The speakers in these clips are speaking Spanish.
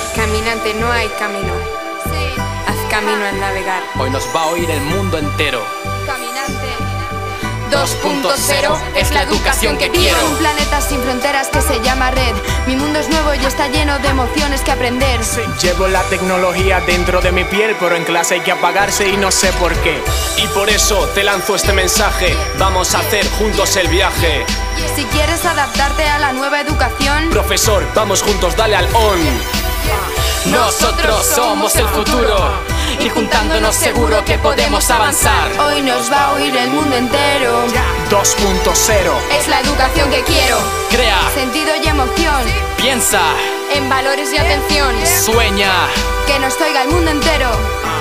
Caminante, no hay camino. Haz camino al navegar. Hoy nos va a oír el mundo entero. Caminante. 2.0 es la educación que quiero. Vivo en un planeta sin fronteras que se llama red. Mi mundo es nuevo y está lleno de emociones que aprender. Llevo la tecnología dentro de mi piel, pero en clase hay que apagarse y no sé por qué. Y por eso te lanzo este mensaje. Vamos a hacer juntos el viaje. Si quieres adaptarte a la nueva educación, Profesor, vamos juntos, dale al on. Nosotros somos el futuro y juntándonos seguro que podemos avanzar. hoy nos va a oír el mundo entero. 2.0 Es la educación que quiero. Crea, Sentido y emoción. piensa, En valores y atención. sueña. Que nos oiga el mundo entero.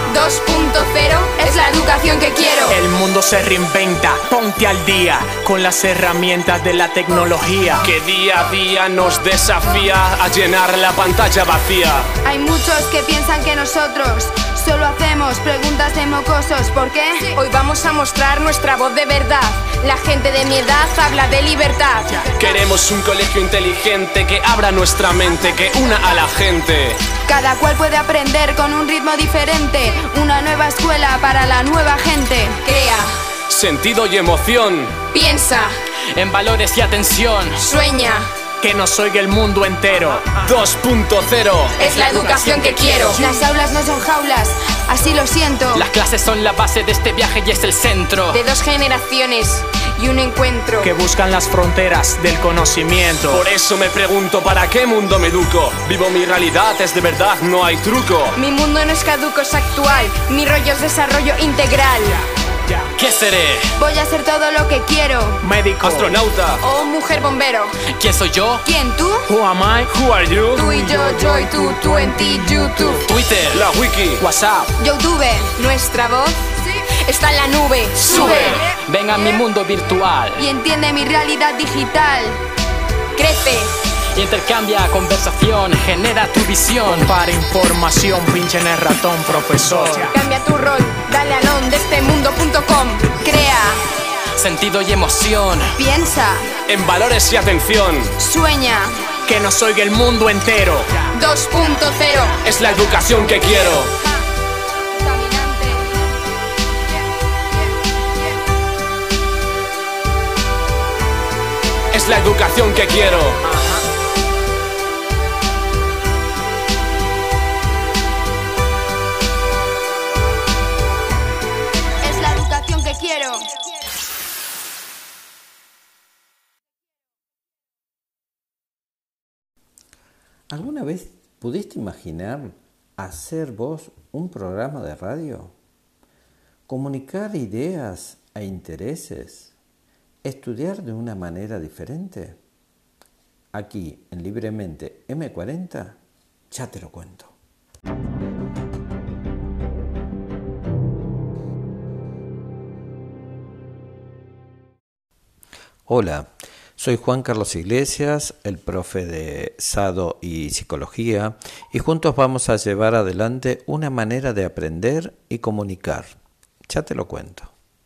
2.0 Es la educación que quiero. El mundo se reinventa, ponte al día con las herramientas de la tecnología. Que día a día nos desafía a llenar la pantalla vacía. Hay muchos que piensan que nosotros solo hacemos preguntas de mocosos. ¿Por qué? Hoy vamos a mostrar nuestra voz de verdad. La gente de mi edad habla de libertad. Queremos un colegio inteligente que abra nuestra mente, que una a la gente. Cada cual puede aprender con un ritmo diferente. Una nueva escuela para la nueva gente. Crea, Sentido y emoción. piensa, En valores y atención. sueña. Que nos oiga el mundo entero. 2.0 Es la educación que quiero. Las aulas no son jaulas, así lo siento. Las clases son la base de este viaje y es el centro. De 2 generaciones y un encuentro. Que buscan las fronteras del conocimiento. Por eso me pregunto ¿para qué mundo me educo? Vivo mi realidad, es de verdad, no hay truco. Mi mundo no es caduco, es actual. Mi rollo es desarrollo integral. ¿Qué seré? Voy a hacer todo lo que quiero. Médico. Astronauta. O mujer bombero. ¿Quién soy yo? ¿Quién tú? Who am I? Who are you? Tú y yo y tú en ti, YouTube. Twitter. La wiki. WhatsApp. YouTube. Nuestra voz está en la nube. Sube. Ven a mi mundo virtual. Y entiende mi realidad digital. Crece. Intercambia conversación, genera tu visión. Para información, pinche en el ratón, profesor. Cambia tu rol. Dale al on de este mundo.com. Crea. Sentido y emoción. Piensa. En valores y atención. Sueña. Que nos oiga el mundo entero. 2.0 Es la educación que quiero. Caminante. Es la educación que quiero. Es la educación que quiero. ¿Alguna vez pudiste imaginar hacer vos un programa de radio? ¿Comunicar ideas e intereses? ¿Estudiar de una manera diferente? Aquí, en Libremente M40, ya te lo cuento. Hola, soy Juan Carlos Iglesias, el profe de SADO y Psicología, y juntos vamos a llevar adelante una manera de aprender y comunicar. Ya te lo cuento.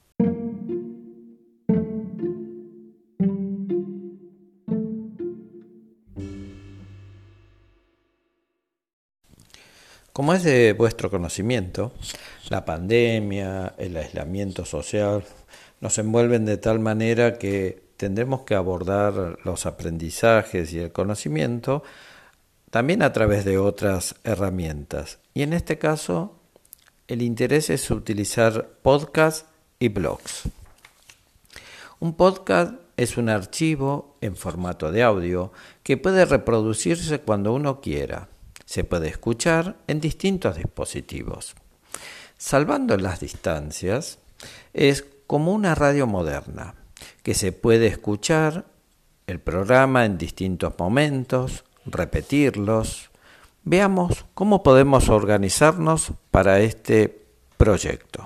Como es de vuestro conocimiento, la pandemia, el aislamiento social nos envuelven de tal manera que tendremos que abordar los aprendizajes y el conocimiento también a través de otras herramientas. Y en este caso, el interés es utilizar podcasts y blogs. Un podcast es un archivo en formato de audio que puede reproducirse cuando uno quiera. Se puede escuchar en distintos dispositivos. Salvando las distancias, es como una radio moderna, que se puede escuchar el programa en distintos momentos, repetirlos. Veamos cómo podemos organizarnos para este proyecto.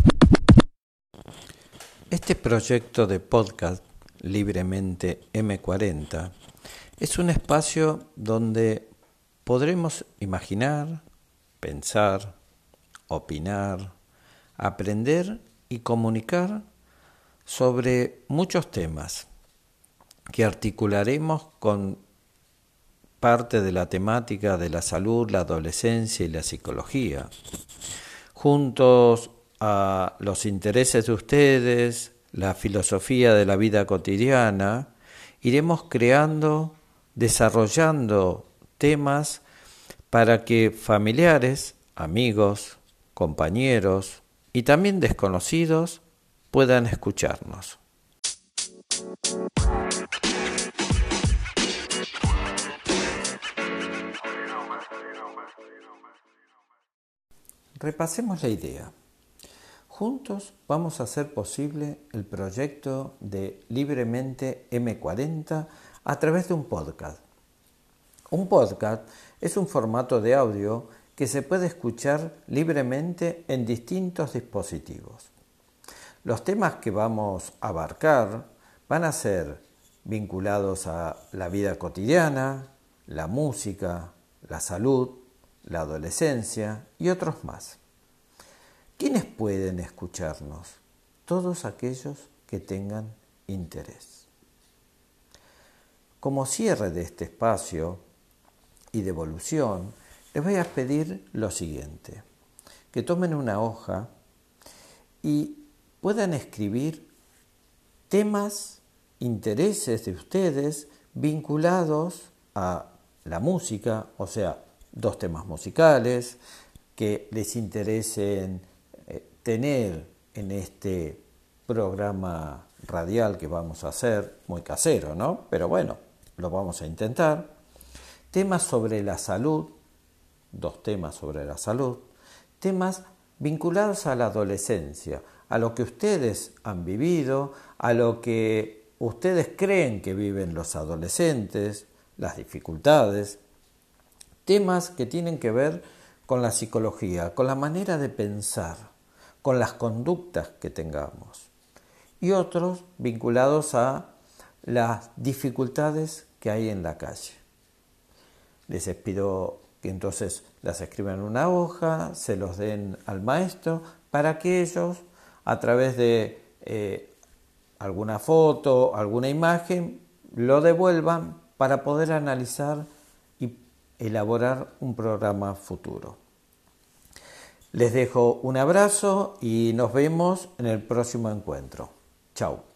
Este proyecto de podcast, Libremente M40, es un espacio donde podremos imaginar, pensar, opinar, aprender y comunicar sobre muchos temas que articularemos con parte de la temática de la salud, la adolescencia y la psicología. Juntos a los intereses de ustedes, la filosofía de la vida cotidiana, iremos creando, desarrollando temas para que familiares, amigos, compañeros y también desconocidos puedan escucharnos. Repasemos la idea. Juntos vamos a hacer posible el proyecto de Libremente M40 a través de un podcast. Un podcast es un formato de audio que se puede escuchar libremente en distintos dispositivos. Los temas que vamos a abarcar van a ser vinculados a la vida cotidiana, la música, la salud, la adolescencia y otros más. ¿Quiénes pueden escucharnos? Todos aquellos que tengan interés. Como cierre de este espacio y devolución, les voy a pedir lo siguiente: que tomen una hoja y puedan escribir temas, intereses de ustedes vinculados a la música, o sea, 2 temas musicales que les interesen tener en este programa radial que vamos a hacer, muy casero, ¿no? Pero bueno, lo vamos a intentar. Temas sobre la salud, 2 temas sobre la salud, temas vinculados a la adolescencia, a lo que ustedes han vivido, a lo que ustedes creen que viven los adolescentes, las dificultades, temas que tienen que ver con la psicología, con la manera de pensar, con las conductas que tengamos, y otros vinculados a las dificultades que hay en la calle. Les pido que entonces las escriban en una hoja, se los den al maestro para que ellos, a través de alguna foto, alguna imagen, lo devuelvan para poder analizar y elaborar un programa futuro. Les dejo un abrazo y nos vemos en el próximo encuentro. Chao.